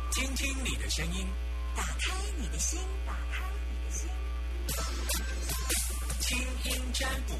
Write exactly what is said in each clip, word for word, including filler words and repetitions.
听听你的声音， 打开你的心，打开你的心， 听音占卜。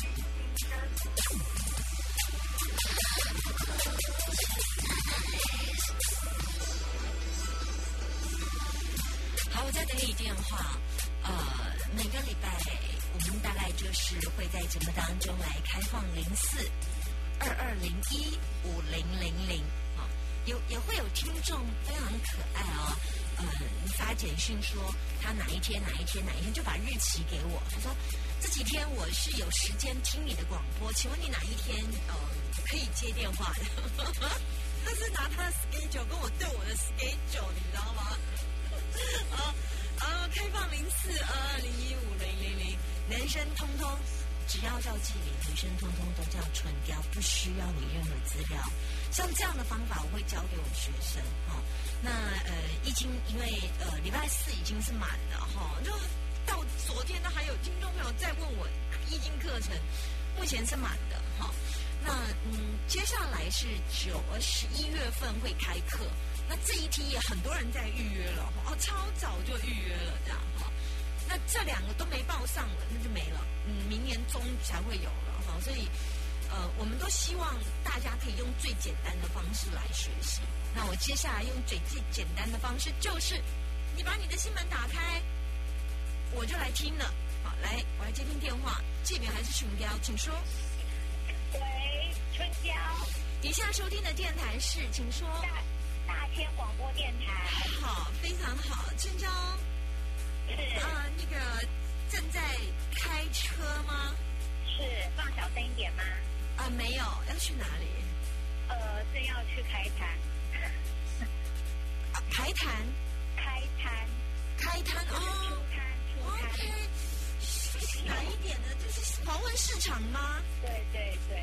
好，我在等你电话。呃，每个礼拜我们大概就是会在节目当中来开放零四二二零一五零零零啊，有也会有听众非常可爱哦，呃，发简讯说他哪一天哪一天哪一天就把日期给我，他说这几天我是有时间听你的广播，请问你哪一天呃可以接电话的？他是拿他的 schedule 跟我对我的 schedule， 你知道吗？啊。啊，开放零四二二零一五零零零，男生通通只要叫记名，女生通通都叫纯雕，不需要你任何资料。像这样的方法，我会教给我学生哈、哦。那呃，已经因为呃礼拜四已经是满了哈、哦，就到昨天呢还有听众朋友在问我易经课程，目前是满的哈、哦。那嗯，接下来是九呃十一月份会开课。那这一批也很多人在预约了哦，超早就预约了这样哈。那这两个都没报上了，那就没了。嗯，明年中才会有了哈。所以呃，我们都希望大家可以用最简单的方式来学习。那我接下来用最最简单的方式，就是你把你的心门打开，我就来听了。好，来，我来接听电话，这边还是纯雕，请说。 喂，春娇。 以下收听的电台是，请说。 大千广播电台， 好，非常好。春娇， 是啊、呃，那个正在开车吗？ 是，放小声一点吗？ 啊、呃，没有，要去哪里？ 呃，正要去开坛。 啊，排坛？ 开坛， 开坛哦。 出摊，出摊。 OK， 哪一点呢？就是黄昏市场吗？ 对对对。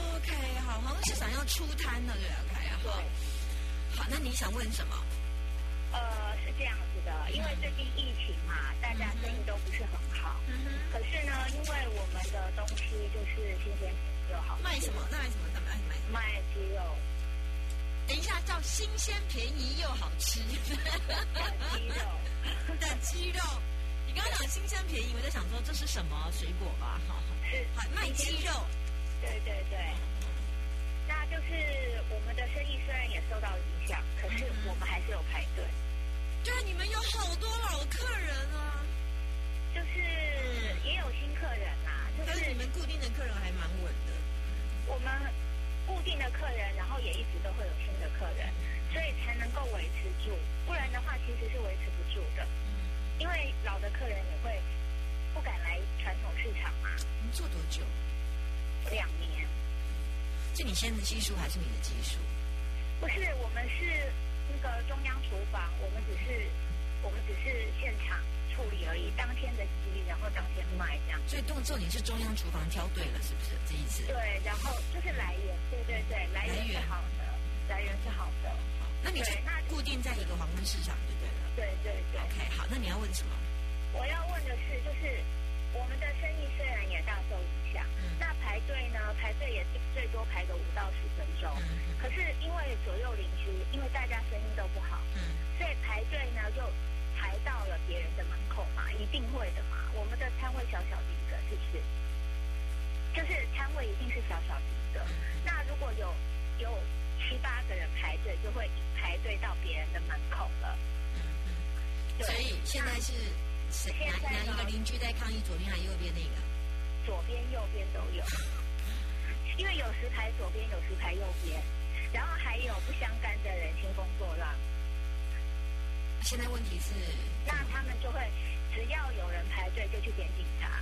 OK， 好，黄昏市场要出摊了，对不对？好。 对。 好，那你想问什么？ 呃，是这样子的，因为最近疫情嘛，大家生意都不是很好。嗯哼。可是呢，因为我们的东西就是新鲜又好。 卖什么？那卖什么？怎么卖？卖卖鸡肉。 等一下，叫新鲜、便宜又好吃。 鸡肉的鸡肉。你刚刚讲新鲜便宜，我在想说这是什么水果吧？好， 是好卖鸡肉。 对对对。那就是我们的生意虽然也受到影响，可是我们还是有排队。 对，你们有好多老客人啊， 就是也有新客人啊，就是、 但是你们固定的客人还蛮稳的。 我们固定的客人，然后也一直都会有新的客人，所以才能够维持住，不然的话其实是维持不住的。因为老的客人也会不敢来传统市场嘛。 你做多久？ 两年。 是你先的技术还是你的技术？ 不是，我们是那个中央厨房，我们只是我们只是现场处理而已，当天的鸡，然后当天卖这样。 所以动作你是中央厨房挑对了，是不是这意思？ 对，然后就是来源，对对对，来源是好的，来源是好的。 好，那你是那固定在一个黄昏市场就对了。 对对对。 OK， 好，那你要问什么？ 我要问的是，就是我们的生意虽然也大受影响，嗯、那排队呢，排队也是最多排个五到十分钟。嗯、可是因为左右邻居，因为大家生意都不好，嗯、所以排队呢就排到了别人的门口嘛，一定会的嘛。我们的摊位小小的一个，是不是？就是摊位一定是小小的一个。那如果有有七八个人排队，就会排队到别人的门口了。 嗯、所以现在是。哪哪一个邻居在抗议？左边还是右边那个？ 左边、右边都有，因为有时排左边，有时排右边，然后还有不相干的人兴风作浪。 现在问题是， 那他们就会只要有人排队，就去点警察。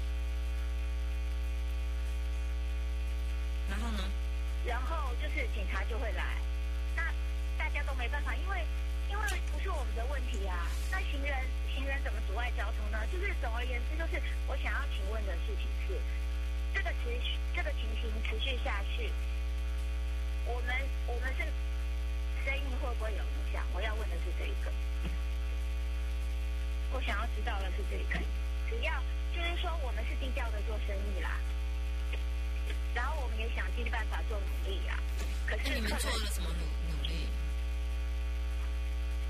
然后呢？ 然后就是警察就会来，那大家都没办法，因为。因为不是我们的问题啊，那行人行人怎么阻碍交通呢？就是总而言之，就是我想要请问的事情是，这个持续这个情形持续下去，我们我们是生意会不会有影响？我要问的是这一个，我想要知道的是这一个，只要就是说我们是低调的做生意啦，然后我们也想尽办法做努力啦，可是你们做了什么努努力？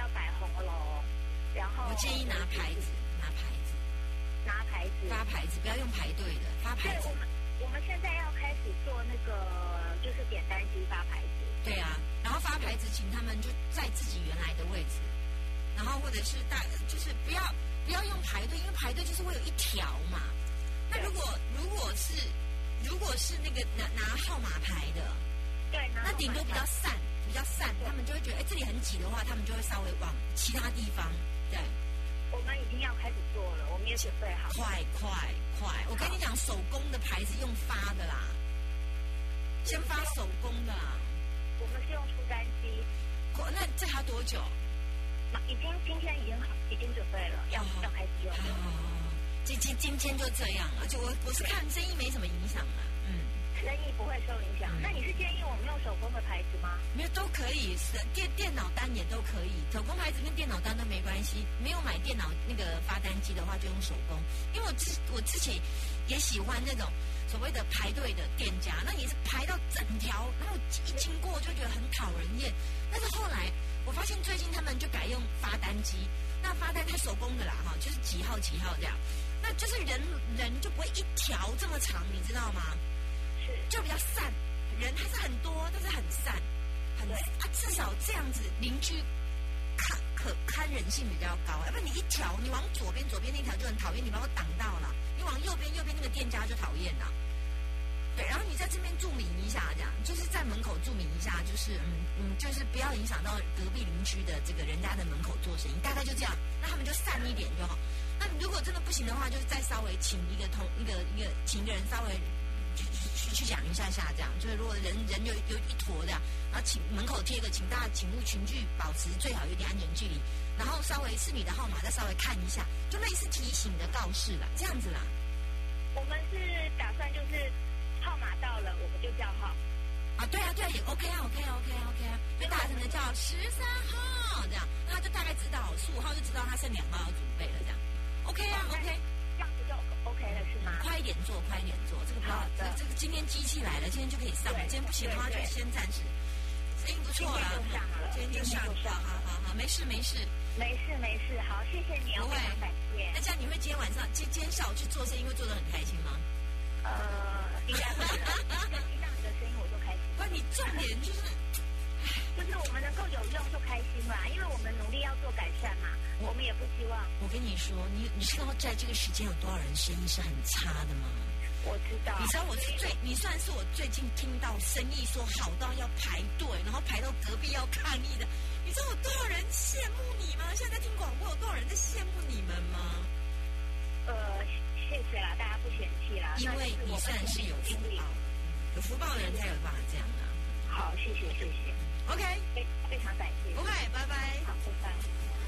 摆红龙，然后我建议拿牌子，拿牌子， 拿牌子， 发牌子，不要用排队的，发牌子。 对，我们我们现在要开始做那个就是点单机发牌子。 对啊，然后发牌子，请他们就在自己原来的位置，然后或者是大，就是不要不要用排队，因为排队就是会有一条嘛。那如果如果是如果是那个拿拿号码牌的， 对， 那顶多比较散，比较散，他们就会觉得哎这里很挤的话，他们就会稍微往其他地方。对， 我们已经要开始做了，我们也准备好。 快快快！我跟你讲，手工的牌子用发的啦，先发手工的啦。 我们是用出单机。 那这还要多久？ 已经今天已经已经准备了，要、哦、要开始用。 哦，今今今天就这样，而且我我是看生意没什么影响啊。嗯， 生意不会受影响。嗯、那你是建议我们用手工的牌子吗？ 没有，都可以，电电脑单也都可以，手工牌子跟电脑单都没关系。没有买电脑那个发单机的话，就用手工。因为我之我之前也喜欢那种所谓的排队的店家，那也是排到整条，然后一经过就觉得很讨人厌。但是后来我发现最近他们就改用发单机，那发单它手工的啦哈，就是几号几号这样，那就是人人就不会一条这么长，你知道吗？ 是， 就比较散，人还是很多，但是很散，很啊，至少这样子邻居看可堪人性比较高，要不然你一条你往左边左边那条就很讨厌，你把我挡到了，你往右边右边那个店家就讨厌了。对，然后你在这边注明一下，这样就是在门口注明一下，就是嗯嗯，就是不要影响到隔壁邻居的这个人家的门口做生意，大概就这样，那他们就散一点就好。那如果真的不行的话，就是再稍微请一个同一个一个请一个人稍微去去去讲一下下，这样就是如果人人有有一坨这样，然后请门口贴个，请大家请勿群聚，保持最好有点安全距离，然后稍微是你的号码再稍微看一下，就类似提醒的告示啦，这样子啦。 我们是打算就是。号码到了，我们就叫号。 啊，对啊，对啊，也 OK 啊 ，OK 啊 OK 啊 OK 啊，就大声的叫十三号这样，那他就大概知道十五号就知道他剩两号要准备了这样。OK 啊 OK， 这样子就 OK 了是吗？ 快一点做，快一点做，这个不要，这这个今天机器来了，今天就可以上了，今天不行的话就先暂时。生意不错啦，今天就上了，好好好，没事没事。 没事没事，好，谢谢你， 不会， 感谢。 那这样你会今天晚上今今天下午去做生意会做得很开心吗？ 呃，应该会的。听到你的声音我就开心。 不，你重点就是， 就是我们能够有用就开心啦，因为我们努力要做改善嘛，我们也不希望。 我跟你说，你你知道在这个时间有多少人生意是很差的吗？ 我知道。 你知道我是最，你算是我最近听到生意说好到要排队，然后排到隔壁要抗议的。你知道有多少人羡慕你吗？现在在听广播，有多少人在羡慕你们吗？ 呃。谢谢啦，大家不嫌弃啦。 因为你算是有福报，有福报的人才有办法这样的。 好，谢谢谢谢。 OK， 非非常感谢。 不会，拜拜。 好，拜拜。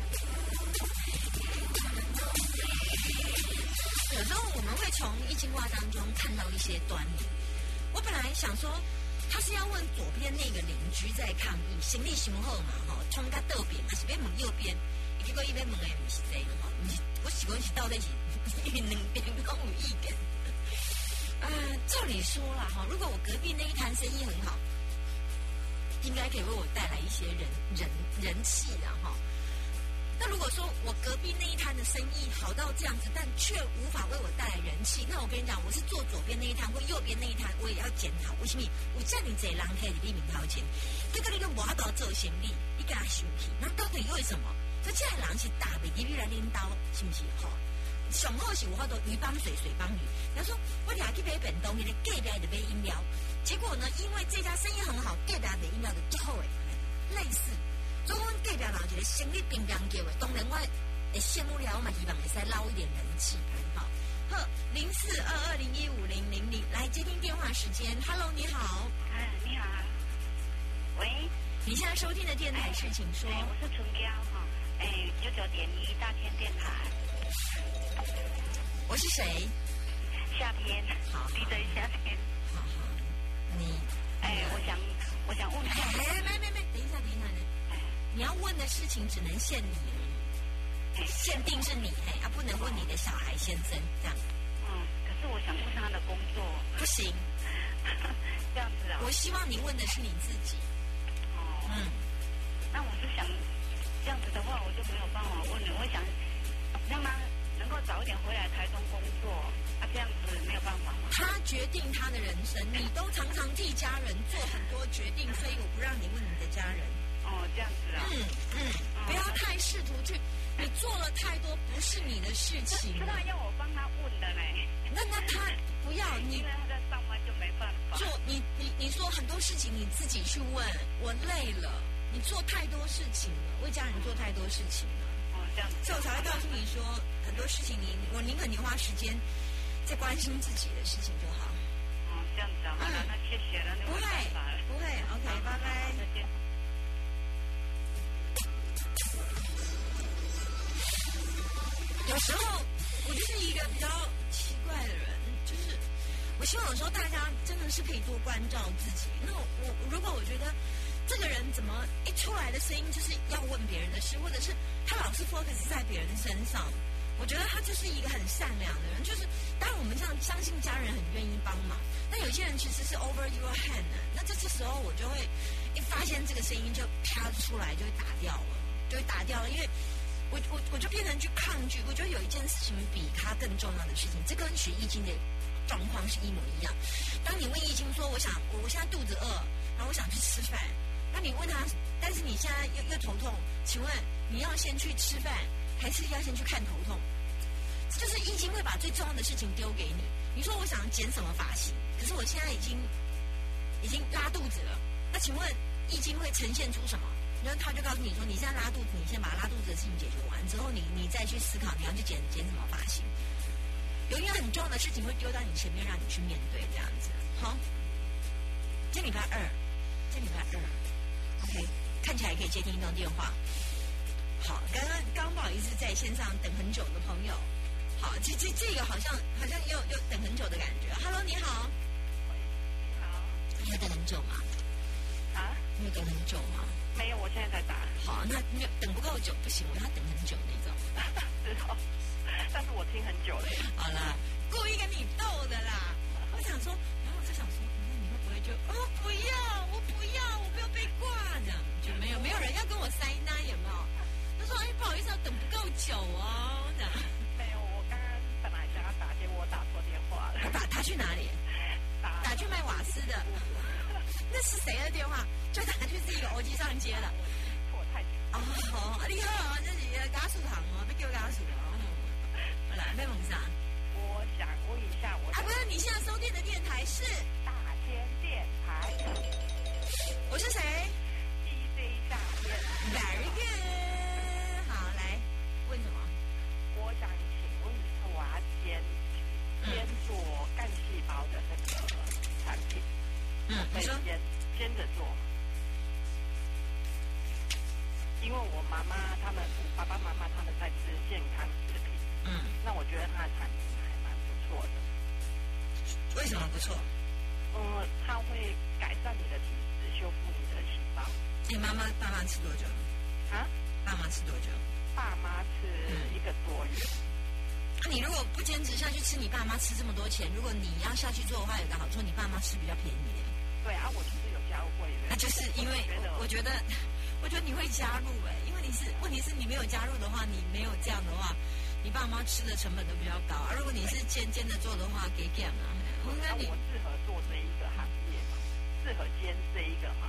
有时候我们会从易经卦当中看到一些端倪。我本来想说，他是要问左边那个邻居在抗议，行李雄厚嘛，哈，冲他右边，还是边问右边？结果一边问的不是这个哈，不是，我喜欢是到底是。因为两边都有意见。啊、呃，照理说啦哈，如果我隔壁那一摊生意很好，应该可以为我带来一些人人人气的哈。那如果说我隔壁那一摊的生意好到这样子，但却无法为我带来人气，那我跟你讲，我是做左边那一摊或右边那一摊，我也要检讨。为什么？我叫你这人可以立名掏钱，这个你都无法度做生意，你给他生气，那到底为什么？所以这人是大袂入来领导，是不是？哈。上好是有好多鱼帮水，水帮鱼。他说我俩去买便当，你的隔壁的买饮料，结果呢，因为这家生意很好，隔壁的饮料就最好诶，类似。所以我们隔壁人一个生意平平叫的，当然我会羡慕了，我嘛希望会使捞一点人气，好。好，零四二二零一五零零零，来接听电话时间。Hello， 你好。 哎，你好。喂。 你现在收听的电台是，请说。 哎，我是春娇哈，哎，九九点一大千电台。 我是谁？ 夏天， 好， 闭嘴夏天。 好好，你， 哎，我想，我想问， 哎，没没没，等一下，等一下，哎，你要问的事情只能限你而已，限定是你，哎，啊，不能问你的小孩先生这样。 嗯，可是我想问他的工作。 不行， 这样子啊。 我希望你问的是你自己。 哦。嗯。那我是想，这样子的话， 早一点回来台中工作，啊，这样子没有办法吗？ 他决定他的人生，你都常常替家人做很多决定，所以我不让你问你的家人。 哦，这样子啊。 嗯嗯，不要太试图去，你做了太多不是你的事情。 是他要我帮他问的呢。 那那他不要你， 因为他在上班就没办法。 做你你你说很多事情你自己去问，我累了，你做太多事情了，为家人做太多事情了。 哦，这样子。 所以我才会告诉你说，很多事情你我宁可你花时间在关心自己的事情就好。 哦，这样子啊，好了，那谢谢了， 不会不会 ，OK， 拜拜， 再见。 有时候我就是一个比较奇怪的人，就是我希望有时候大家真的是可以多关照自己。那我如果我觉得这个人怎么一出来的声音就是要问别人的事，或者是他老是 focus 在别人身上，我觉得他就是一个很善良的人。就是当然我们这样相信家人很愿意帮忙，但有些人其实是 over your hand 的。那这这时候我就会一发现这个声音就啪出来，就会打掉了，就会打掉了，因为。我我我就变成去抗拒，我觉得有一件事情比它更重要的事情，这跟学易经的状况是一模一样。当你问易经说，我想我我现在肚子饿，然后我想去吃饭，那你问他，但是你现在又又头痛，请问你要先去吃饭，还是要先去看头痛？就是易经会把最重要的事情丢给你。你说我想剪什么发型，可是我现在已经已经拉肚子了，那请问易经会呈现出什么？然后他就告诉你说，你现在拉肚子，你先把拉肚子的事情解决完之后，你你再去思考你要去剪剪什么发型。有一件很重要的事情会丢到你前面，让你去面对，这样子。好，今天礼拜二，今天礼拜二 ，OK， 看起来可以接听一通电话。好，刚刚刚不好意思在线上等很久的朋友，好，这这这个好像好像又又等很久的感觉。Hello， 你好。 你好。 你有等很久吗？ 啊？ 你有等很久吗？ 没有，我现在在打。 好，那没有等不够久不行，我要等很久那种。 是哦，但是我听很久了。 好啦，故意跟你逗的啦。我想说，然后我就想说，那你会不会就哦不要，我不要，我不要被挂这样，就没有没有人要跟我塞奶有没有？他说哎不好意思，我等不够久哦这样。 没有，我刚刚本来想要打，结果我打错电话了。 打打去哪里？打打去卖瓦斯的。那是谁的电话？就打去是一个欧机上接的。 错太久。 哦，你好，这是家属行哦，要叫家属哦。好啦，要问啥？ 我想问一下我。 啊，不是，你现在收听的电台是大千电台。 我是谁 ？D J 大千。 Very good。好，来问什么？ 我想请问一下，我要兼兼做干细胞的那个产品。 嗯，你说兼兼着做，因为我妈妈他们爸爸妈妈他们在吃健康食品， 嗯， 那我觉得它的产品还蛮不错的。 为什么不错？ 嗯，它会改善你的体质，修复你的细胞。 你妈妈爸妈吃多久？ 啊？ 爸妈吃多久？ 爸妈吃一个多月。 那、啊、你如果不坚持下去吃，你爸妈吃这么多钱，如果你要下去做的话，有个好处，你爸妈吃比较便宜耶。 对啊，我就是有加入会员。 那就是因为我觉得，我觉得你会加入哎，因为你是问题是你没有加入的话，你没有这样的话，你爸妈吃的成本都比较高。而、啊、如果你是尖尖的做的话，给减啊。 我那你我适合做这一个行业嘛？适合兼这一个嘛？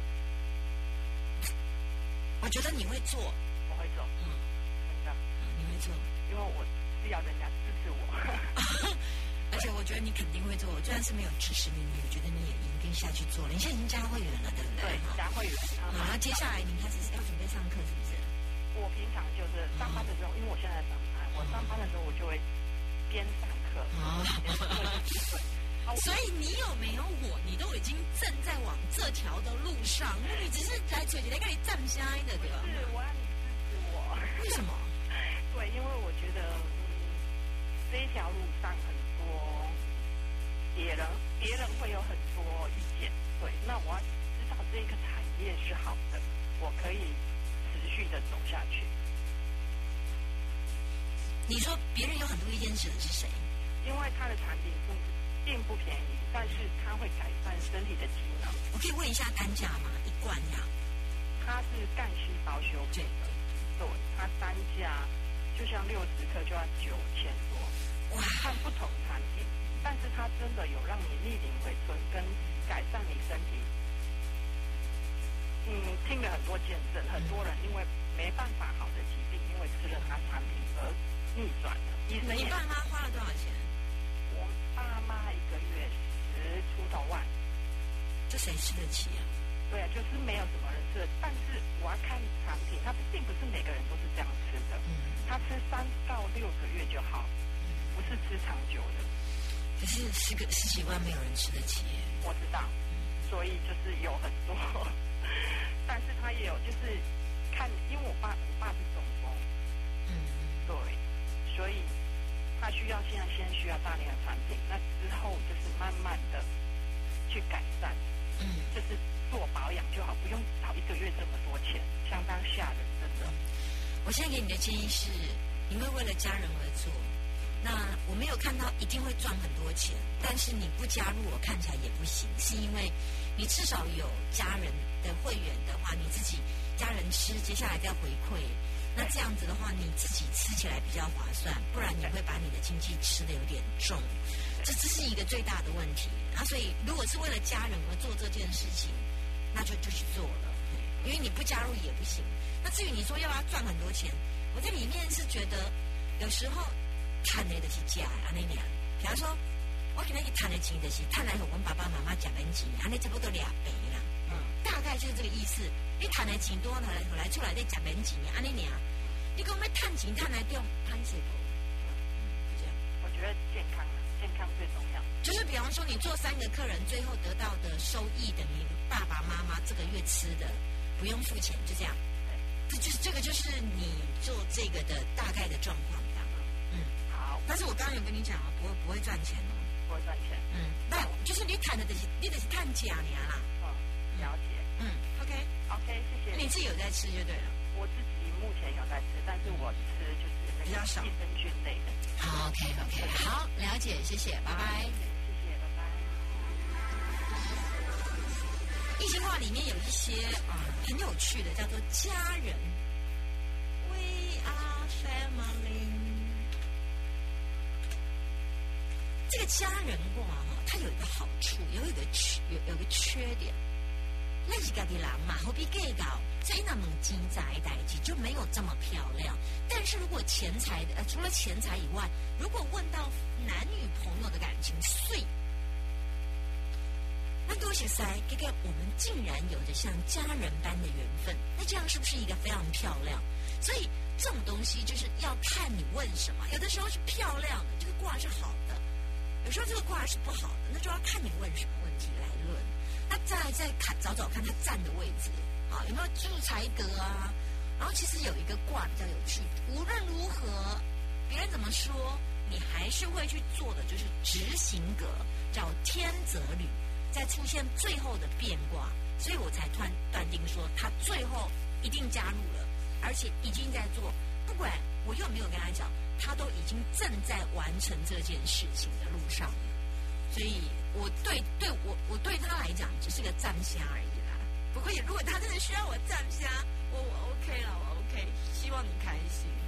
我觉得你会做， 我会做， 嗯， 真的， 你会做， 因为我是要人家支持我。 而且我觉得你肯定会做，就算是没有支持你，我觉得你也应该下去做了。你现在已经加会员了，对不对？ 对，加会员。 好，然后接下来你开始要准备上课，是不是？ 我平常就是上班的时候，因为我现在上班，我上班的时候我就会边上课。哦。 所以你有没有我？你都已经正在往这条的路上，那你只是来嘴里来跟你站下的，对吧？ 是，我让你支持我。 为什么？ 对，因为我觉得，嗯，这一条路上很多别人，别人会有很多意见。对，那我要知道这个产业是好的，我可以持续的走下去。 你说别人有很多意见，指的是谁？ 因为他的产品并并不便宜，但是它会改善身体的机能。 我可以问一下单价吗？一罐呀？ 它是干细胞修复的，对，它单价就像六十克就要九千多，哇，看不同产品，但是它真的有让你逆龄回春跟改善你身体。嗯，听了很多见证，很多人因为没办法好的疾病，因为吃了它产品而逆转的。医生也， 你爸妈花了多少钱？ 我爸妈一个月十出头万， 这谁吃得起啊？ 对啊，就是没有什么人吃的。但是我要看产品，它并不是每个人都是这样吃的。嗯，他吃三到六个月就好，不是吃长久的。 可是十个十几万没有人吃得起。 我知道，所以就是有很多。但是他也有，就是看，因为我爸，我爸是中风，嗯，对，所以他需要现在先需要大量的产品，那之后就是慢慢的去改善，嗯，就是做保养就好，不用找一个月这么多钱，相当吓人，真的。 我现在给你的建议是，你会为了家人而做，那我没有看到一定会赚很多钱，但是你不加入我看起来也不行，是因为你至少有家人的会员的话，你自己家人吃，接下来再回馈，那这样子的话，你自己吃起来比较划算，不然你会把你的经济吃得有点重，这这是一个最大的问题。啊，所以如果是为了家人而做这件事情，那就就去做了，因为你不加入也不行。那至于你说要不要赚很多钱，我在里面是觉得有时候赚的就是假啊那样，比方说。我今天去赚的钱就是赚来给我们爸爸妈妈吃免钱，安尼差不多两倍啦。嗯，大概就是这个意思。你赚的钱多，来来出来再吃免钱，安尼尔。你讲要赚钱赚来掉，赚谁不？这样。 我觉得健康啊，健康最重要。 就是比方说，你做三个客人，最后得到的收益等于爸爸妈妈这个月吃的，不用付钱，就这样。这就是这个就是你做这个的大概的状况。嗯，好。但是我刚刚有跟你讲啊，不会不会赚钱哦。 不会赚钱，嗯， 那就是你谈的就是你就是看假年啦， 嗯，了解， 嗯 ，OK，OK， 谢谢。 你自己有在吃就对了。 我自己目前有在吃，但是我吃就是那个比较少益生菌类的。 好 ，OK，OK， 好，了解，谢谢，拜拜。 谢谢，拜拜。 易经话里面有一些啊、呃、很有趣的，叫做家人 ，We are family。这个家人卦哈，它有一个好处，有一个缺，有有个缺点。那是家己人嘛，何必计较？所以那么金财代际就没有这么漂亮。但是如果钱财呃，除了钱财以外，如果问到男女朋友的感情，碎，那多些塞，这个我们竟然有着像家人般的缘分，那这样是不是一个非常漂亮？所以这种东西就是要看你问什么，有的时候是漂亮的，这个卦是好的。有时候这个卦是不好的，那就要看你问什么问题来论。那再来再看找找看他站的位置啊，有没有住财格啊？然后其实有一个卦比较有趣，无论如何别人怎么说，你还是会去做的，就是执行格，叫天泽履，再出现最后的变卦，所以我才断断定说他最后一定加入了，而且已经在做，不管我又没有跟他讲。他都已经正在完成这件事情的路上，所以我对对我我对他来讲只是个站虾而已啦。不过也如果他真的需要我站虾，我我 OK 了，我 OK， 希望你开心。